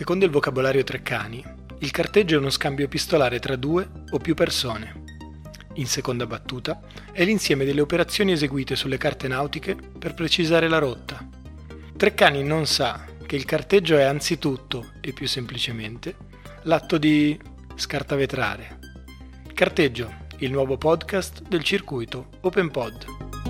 Secondo il vocabolario Treccani, il carteggio è uno scambio epistolare tra due o più persone. In seconda battuta, è l'insieme delle operazioni eseguite sulle carte nautiche per precisare la rotta. Treccani non sa che il carteggio è anzitutto, e più semplicemente, l'atto di scartavetrare. Carteggio, il nuovo podcast del circuito OpenPod.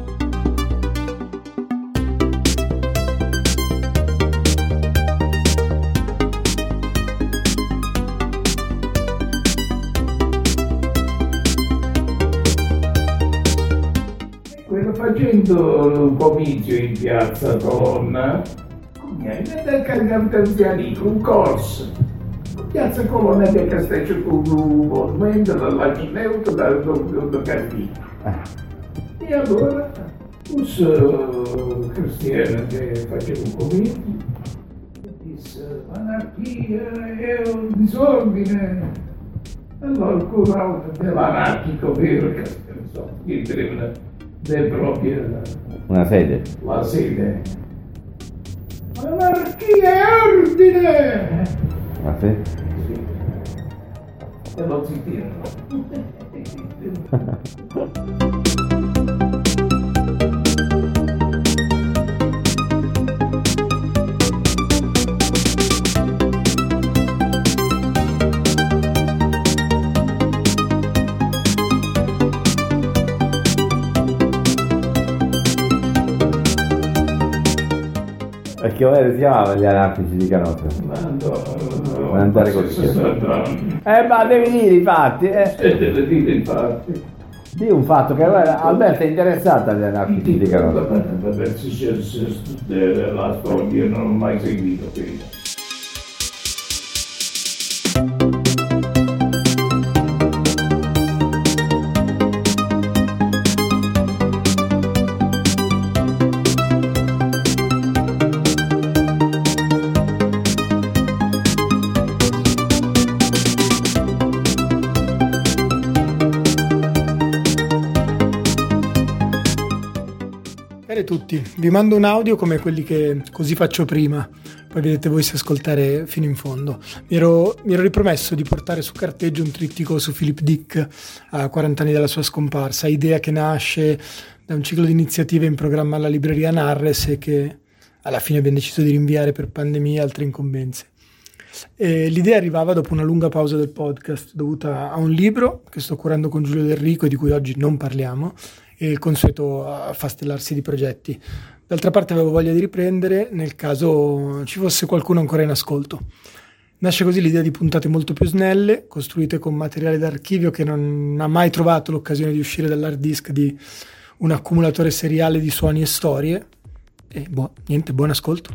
Facendo un comizio in piazza Colonna, del caricamento anzianico, un corso. Piazza Colonna del Castello con un monumento dall'Agio Neutro, dal Cartino. E allora, un cristiano che faceva un comizio disse: l'anarchia è un disordine. Allora il curavo dell'anarchico vero, che non so, è proprio una sede. La sede. Anarchia è ordine! Ah sì? Sì. E lo zittirono. Perché ora si chiamava gli anarchici di Canosa? Non andare così. Ma devi dire i fatti, Devi dire i fatti. Di un fatto che Alberto è interessata agli anarchici di Canosa. Vabbè, se la storia non ho mai seguito qui. Cari tutti, vi mando un audio come quelli che così faccio prima, poi vedete voi se ascoltare fino in fondo. Mi ero ripromesso di portare su carteggio un trittico su Philip Dick a 40 anni dalla sua scomparsa, idea che nasce da un ciclo di iniziative in programma alla libreria Narres e che alla fine abbiamo deciso di rinviare per pandemia e altre incombenze. E l'idea arrivava dopo una lunga pausa del podcast dovuta a un libro che sto curando con Giulio Del Rico e di cui oggi non parliamo, e il consueto affastellarsi di progetti. D'altra parte avevo voglia di riprendere nel caso ci fosse qualcuno ancora in ascolto. Nasce così l'idea di puntate molto più snelle, costruite con materiale d'archivio che non ha mai trovato l'occasione di uscire dall'hard disk di un accumulatore seriale di suoni e storie. E buon ascolto.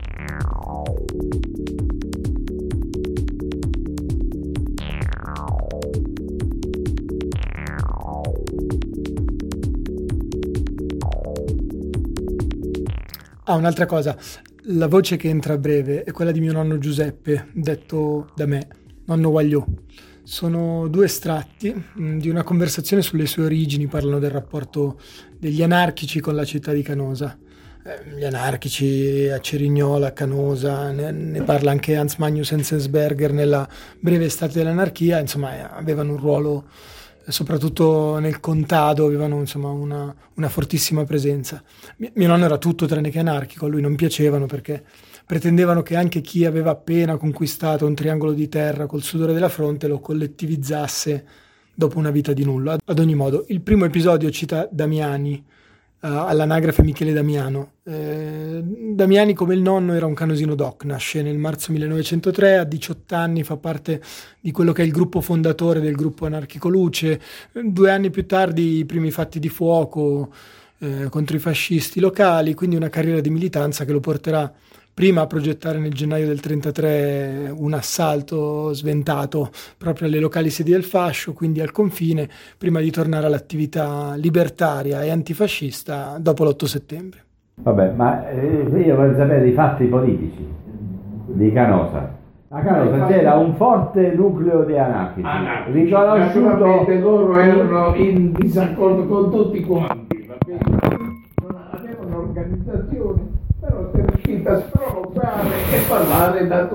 Un'altra cosa, la voce che entra a breve è quella di mio nonno Giuseppe, detto da me, nonno Guagliò. Sono due estratti di una conversazione sulle sue origini, parlano del rapporto degli anarchici con la città di Canosa. Gli anarchici a Cerignola, a Canosa, ne parla anche Hans Magnus Enzensberger nella breve estate dell'anarchia, insomma avevano un ruolo, soprattutto nel contado, avevano insomma una fortissima presenza. Mio nonno era tutto tranne che anarchico, a lui non piacevano perché pretendevano che anche chi aveva appena conquistato un triangolo di terra col sudore della fronte lo collettivizzasse dopo una vita di nulla. Ad ogni modo, il primo episodio cita Damiani, all'anagrafe Michele Damiano. Damiani, come il nonno, era un canosino doc, nasce nel marzo 1903, a 18 anni fa parte di quello che è il gruppo fondatore del gruppo anarchico Luce. 2 anni più tardi i primi fatti di fuoco contro i fascisti locali, quindi una carriera di militanza che lo porterà prima a progettare nel gennaio del 1933 un assalto sventato proprio alle locali sedi del fascio, quindi al confine, prima di tornare all'attività libertaria e antifascista dopo l'8 settembre. Vabbè, ma io vorrei sapere i fatti politici di Canosa. A Canosa c'era un forte nucleo di anarchici, riconosciuto. Loro erano in disaccordo con tutti quanti, non avevano un'organizzazione, però si è riuscita a sprovocare e parlare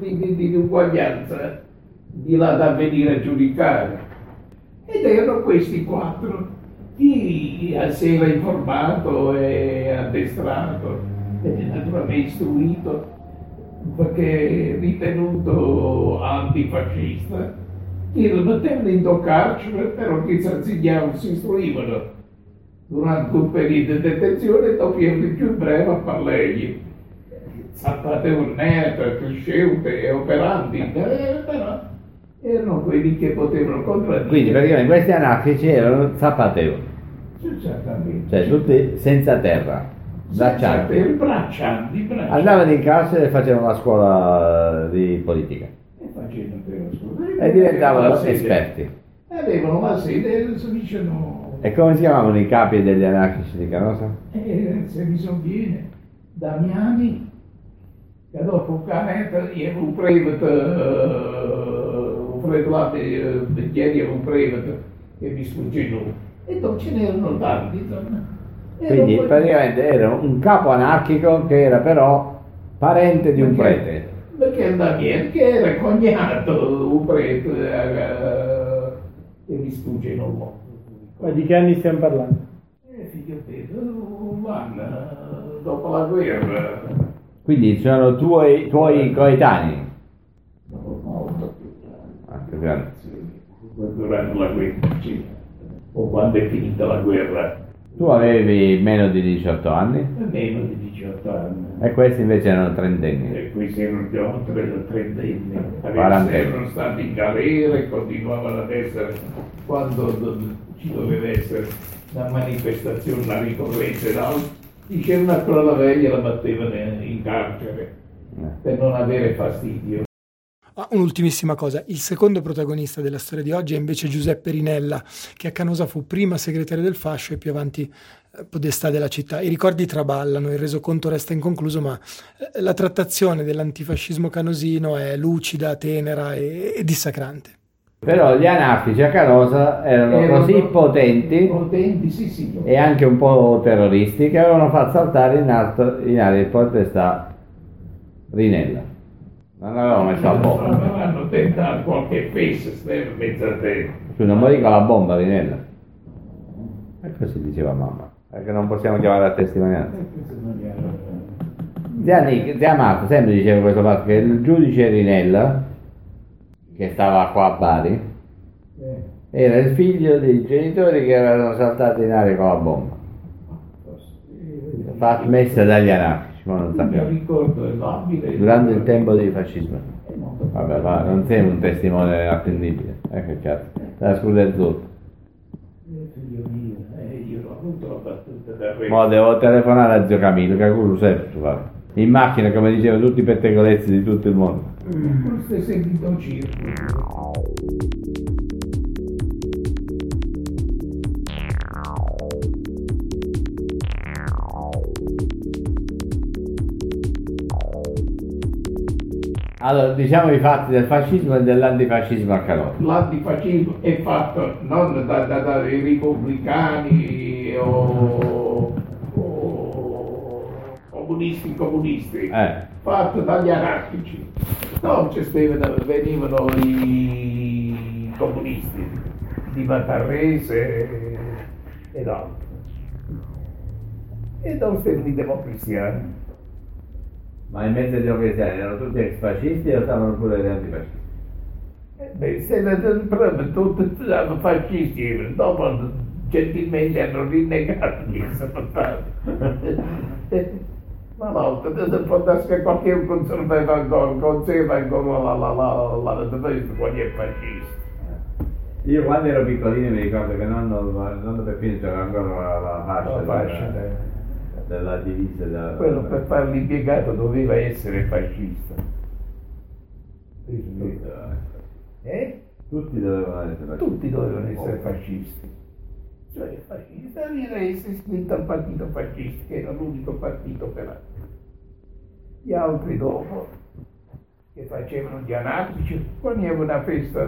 di uguaglianza di là da venire a giudicare. Ed erano questi 4. Chi si era informato e addestrato e naturalmente istruito perché ritenuto antifascista, chi lo mettevano in carcere, però chi si arzignavano si istruivano durante un periodo di detenzione e dopo erano più breve a parlare. Sapevano neto, cresciute e operanti, però erano quelli che potevano contraddire. Quindi praticamente questi anarchici erano zappatevoli. Esattamente. Cioè tutti senza terra. Braccianti. Andavano in classe e facevano la scuola di politica. E diventavano esperti. Avevano la sede e si dicevano. E come si chiamavano i capi degli anarchici di Canosa? Se mi sovviene, Damiani, che dopo un canetto era un previto là ieri era un previto che mi sfugge lui. E dopo ce n'erano tanti, insomma. Quindi praticamente era un capo anarchico che era però parente di un prete. Perché Damiani, che era cognato un prete che mi sfugge non. Ma di che anni stiamo parlando? Figlio te, un anno dopo la guerra. Quindi sono tuoi coetanei? Molto più grande. Durante la guerra, sì. O quando è finita la guerra. Tu avevi meno di 18 anni? Meno di 18 anni. E questi invece erano trentenni? E questi erano trentenni. Quarantenni. Erano stati in galera e continuavano ad essere, quando ci doveva essere una manifestazione, una ricorrenza ed altro, dicevano ancora la veglia la battevano in carcere per non avere fastidio. Un'ultimissima cosa, il secondo protagonista della storia di oggi è invece Giuseppe Rinella, che a Canosa fu prima segretario del fascio e più avanti podestà della città. I ricordi traballano, il resoconto resta inconcluso, ma la trattazione dell'antifascismo canosino è lucida, tenera e dissacrante. Però gli anarchici a Canosa erano così potenti sì. E anche un po' terroristi che avevano fatto saltare in aria il podestà Rinella. Non avevamo messo la bomba. Avevano tentato qualche fece in mezzo a te. Non morì con la bomba, Rinella. E così diceva mamma. Perché non possiamo chiamare a testimonianza. Zia Marta sempre diceva questo fatto, che il giudice Rinella, che stava qua a Bari, era il figlio dei genitori che erano saltati in aria con la bomba. Messa dagli anarchici. Ma non sappiamo. Durante il tempo del fascismo. Vabbè, non sei un testimone attendibile. Che cazzo. La scusa è tutto. Mo devo telefonare a zio Camillo, che quello sempre tu fai. In macchina, come dicevo, tutti i pettegolezzi di tutto il mondo. Questo è sentito un circo. Allora, diciamo i fatti del fascismo e dell'antifascismo a Canosa. L'antifascismo è fatto non dai repubblicani o comunisti, fatto dagli anarchici. Non venivano i comunisti di Matarrese ed altri. E non i democristiani. Ma in mezzo ai democristiani erano tutti ex fascisti o stavano pure gli antifascisti? Tutti erano fascisti, dopo gentilmente hanno rinnegato che sono stati. Ma no, può darsi che qualche conserva ancora la difesa quando è fascista. Io quando ero piccolino mi ricordo che nonno Peppino c'era ancora la fascia della divisa. Quello per fare l'impiegato doveva essere fascista. Tutti dovevano essere fascisti. Tutti dovevano essere fascisti. Cioè il fascista era essere iscritto al partito fascista, che era l'unico partito per altri. Gli altri dopo, che facevano gli anarchici, quando aveva una festa,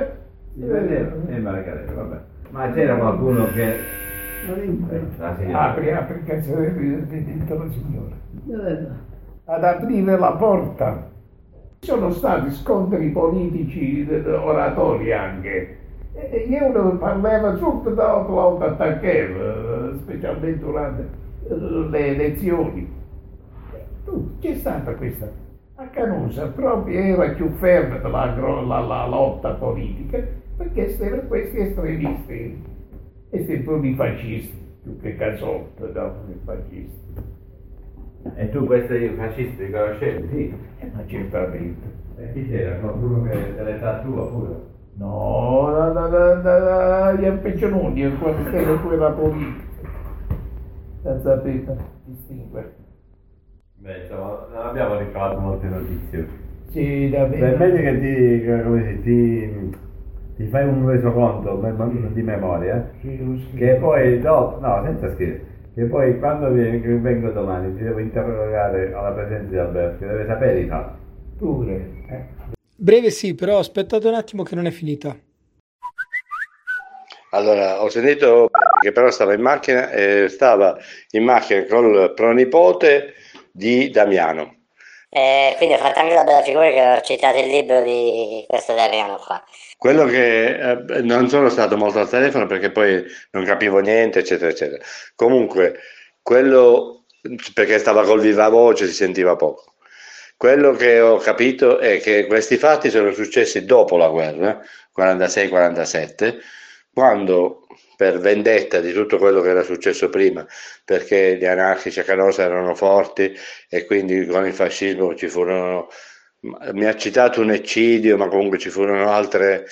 vabbè. Ma c'era qualcuno che apri cazzo detto la signora ad aprire la porta. Sono stati scontri politici, oratori anche. E io parlavo subito dopo l'attacco, specialmente durante le elezioni. C'è stata questa. A Canosa proprio era più ferma la lotta politica, perché c'erano questi estremisti, questi plurifascisti, più che Casotta, no, i fascisti. E tu questi fascisti li conoscevi? Sì. Ma certamente. E chi c'era? Qualcuno che dell'età tua pure? No, gli impiccioni, quando c'era quella politica. Non sapete distinguere. Beh, insomma, non abbiamo ricavato molte notizie. Sì, davvero. È meglio che ti fai un resoconto di memoria, che poi dopo, no, senza scrivere, che poi quando vengo domani ti devo interrogare alla presenza di Alberto, che deve sapere i fatti. Pure. Breve sì, però aspettate un attimo che non è finita. Allora, ho sentito che però stava in macchina col pronipote di Damiano. Quindi ho fatto anche la bella figura che ho citato il libro di questo Damiano qua. Quello che non sono stato molto al telefono perché poi non capivo niente, eccetera, eccetera. Comunque, quello perché stava col viva voce, si sentiva poco. Quello che ho capito è che questi fatti sono successi dopo la guerra, 46-47, quando per vendetta di tutto quello che era successo prima, perché gli anarchici a Canosa erano forti e quindi con il fascismo ci furono, mi ha citato un eccidio, ma comunque ci furono altre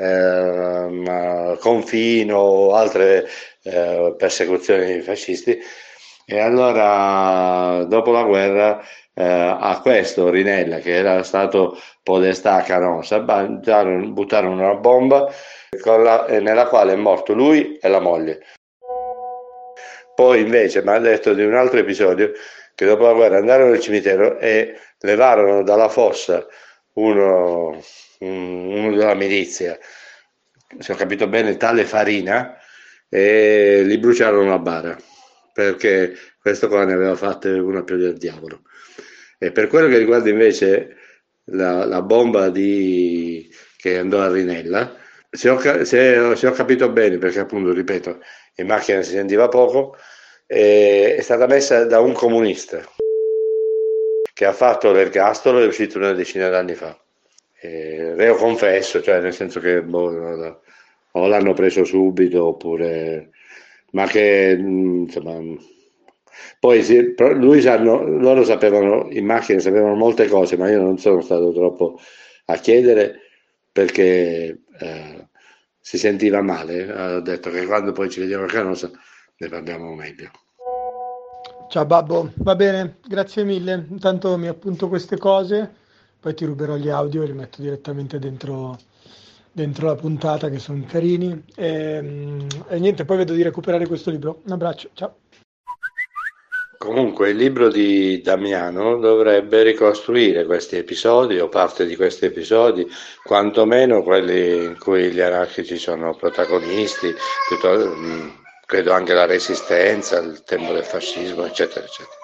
confino, altre persecuzioni dei fascisti, e allora dopo la guerra a questo Rinella, che era stato podestà a Canosa, buttarono una bomba nella quale è morto lui e la moglie. Poi invece mi ha detto di un altro episodio che dopo la guerra andarono nel cimitero e levarono dalla fossa uno della milizia, se ho capito bene, tale Farina, e gli bruciarono la bara perché questo qua ne aveva fatte una più del diavolo. E per quello che riguarda invece la bomba che andò a Rinella, se ho capito bene, perché appunto, ripeto, in macchina si sentiva poco, è stata messa da un comunista che ha fatto l'ergastolo e è uscito una decina d'anni fa. Reo confesso, cioè nel senso che o l'hanno preso subito oppure, ma che insomma. Poi loro sapevano, in macchina sapevano molte cose, ma io non sono stato troppo a chiedere perché si sentiva male. Ho detto che quando poi ci vediamo a Canosa ne parliamo meglio. Ciao Babbo, va bene, grazie mille. Intanto mi appunto queste cose, poi ti ruberò gli audio e li metto direttamente dentro la puntata, che sono carini. E niente, poi vedo di recuperare questo libro. Un abbraccio, ciao. Comunque il libro di Damiano dovrebbe ricostruire questi episodi o parte di questi episodi, quantomeno quelli in cui gli anarchici sono protagonisti, credo anche la resistenza, il tempo del fascismo, eccetera, eccetera.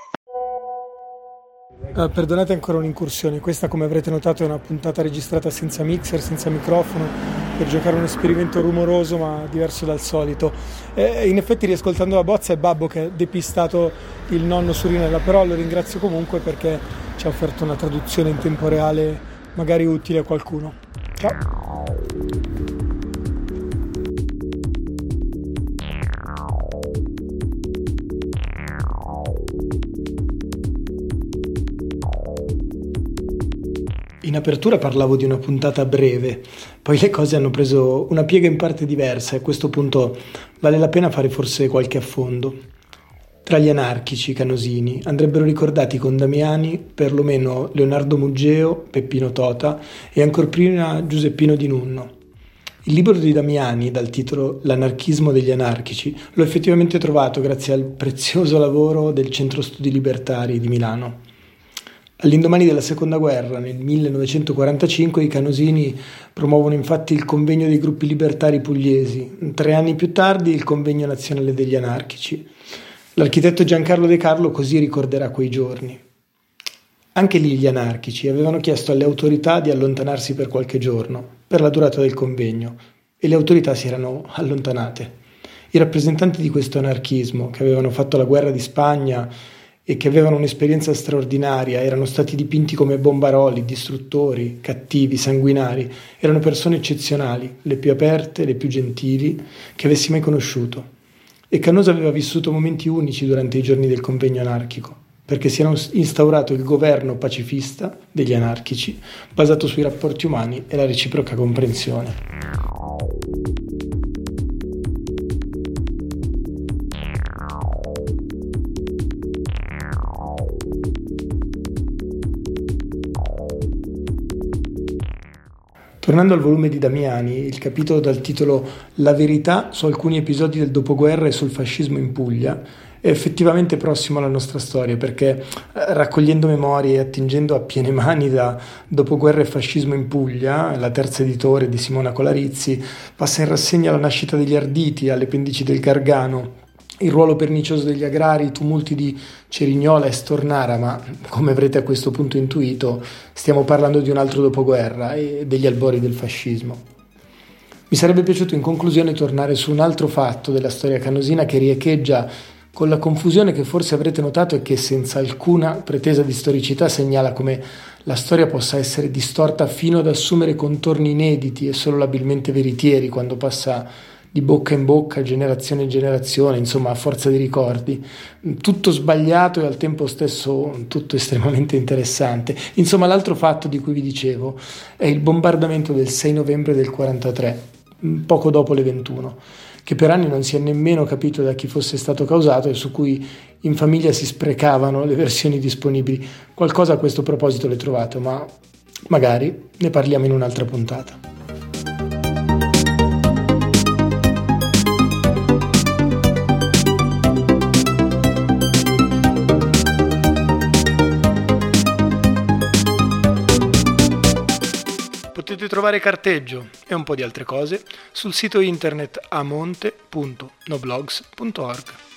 Perdonate ancora un'incursione, questa come avrete notato è una puntata registrata senza mixer, senza microfono, per giocare un esperimento rumoroso ma diverso dal solito. In effetti, riascoltando la bozza, è Babbo che ha depistato il nonno su Rinella, però lo ringrazio comunque perché ci ha offerto una traduzione in tempo reale magari utile a qualcuno. Ciao! In apertura parlavo di una puntata breve, poi le cose hanno preso una piega in parte diversa e a questo punto vale la pena fare forse qualche affondo. Tra gli anarchici canosini andrebbero ricordati con Damiani perlomeno Leonardo Muggeo, Peppino Tota e ancor prima Giuseppino Di Nunno. Il libro di Damiani, dal titolo L'anarchismo degli anarchici, l'ho effettivamente trovato grazie al prezioso lavoro del Centro Studi Libertari di Milano. All'indomani della Seconda Guerra, nel 1945, i canosini promuovono infatti il convegno dei gruppi libertari pugliesi. 3 anni più tardi il convegno nazionale degli anarchici. L'architetto Giancarlo De Carlo così ricorderà quei giorni. Anche lì gli anarchici avevano chiesto alle autorità di allontanarsi per qualche giorno, per la durata del convegno, e le autorità si erano allontanate. I rappresentanti di questo anarchismo, che avevano fatto la guerra di Spagna e che avevano un'esperienza straordinaria, erano stati dipinti come bombaroli, distruttori, cattivi, sanguinari. Erano persone eccezionali, le più aperte, le più gentili che avessi mai conosciuto. E Canosa aveva vissuto momenti unici durante i giorni del convegno anarchico, perché si era instaurato il governo pacifista degli anarchici, basato sui rapporti umani e la reciproca comprensione. Tornando al volume di Damiani, il capitolo dal titolo La verità su alcuni episodi del dopoguerra e sul fascismo in Puglia è effettivamente prossimo alla nostra storia, perché raccogliendo memorie e attingendo a piene mani da Dopoguerra e fascismo in Puglia, la terza editore di Simona Colarizzi, passa in rassegna la nascita degli Arditi alle pendici del Gargano, il ruolo pernicioso degli agrari, i tumulti di Cerignola e Stornara, ma come avrete a questo punto intuito, stiamo parlando di un altro dopoguerra e degli albori del fascismo. Mi sarebbe piaciuto in conclusione tornare su un altro fatto della storia canosina che riecheggia con la confusione che forse avrete notato e che senza alcuna pretesa di storicità segnala come la storia possa essere distorta fino ad assumere contorni inediti e solo labilmente veritieri quando passa di bocca in bocca, generazione in generazione, insomma a forza di ricordi, tutto sbagliato e al tempo stesso tutto estremamente interessante. Insomma, l'altro fatto di cui vi dicevo è il bombardamento del 6 novembre del 43, poco dopo le 21, che per anni non si è nemmeno capito da chi fosse stato causato e su cui in famiglia si sprecavano le versioni disponibili. Qualcosa a questo proposito l'hai trovato, ma magari ne parliamo in un'altra puntata. Potete trovare carteggio e un po' di altre cose sul sito internet amonte.noblogs.org.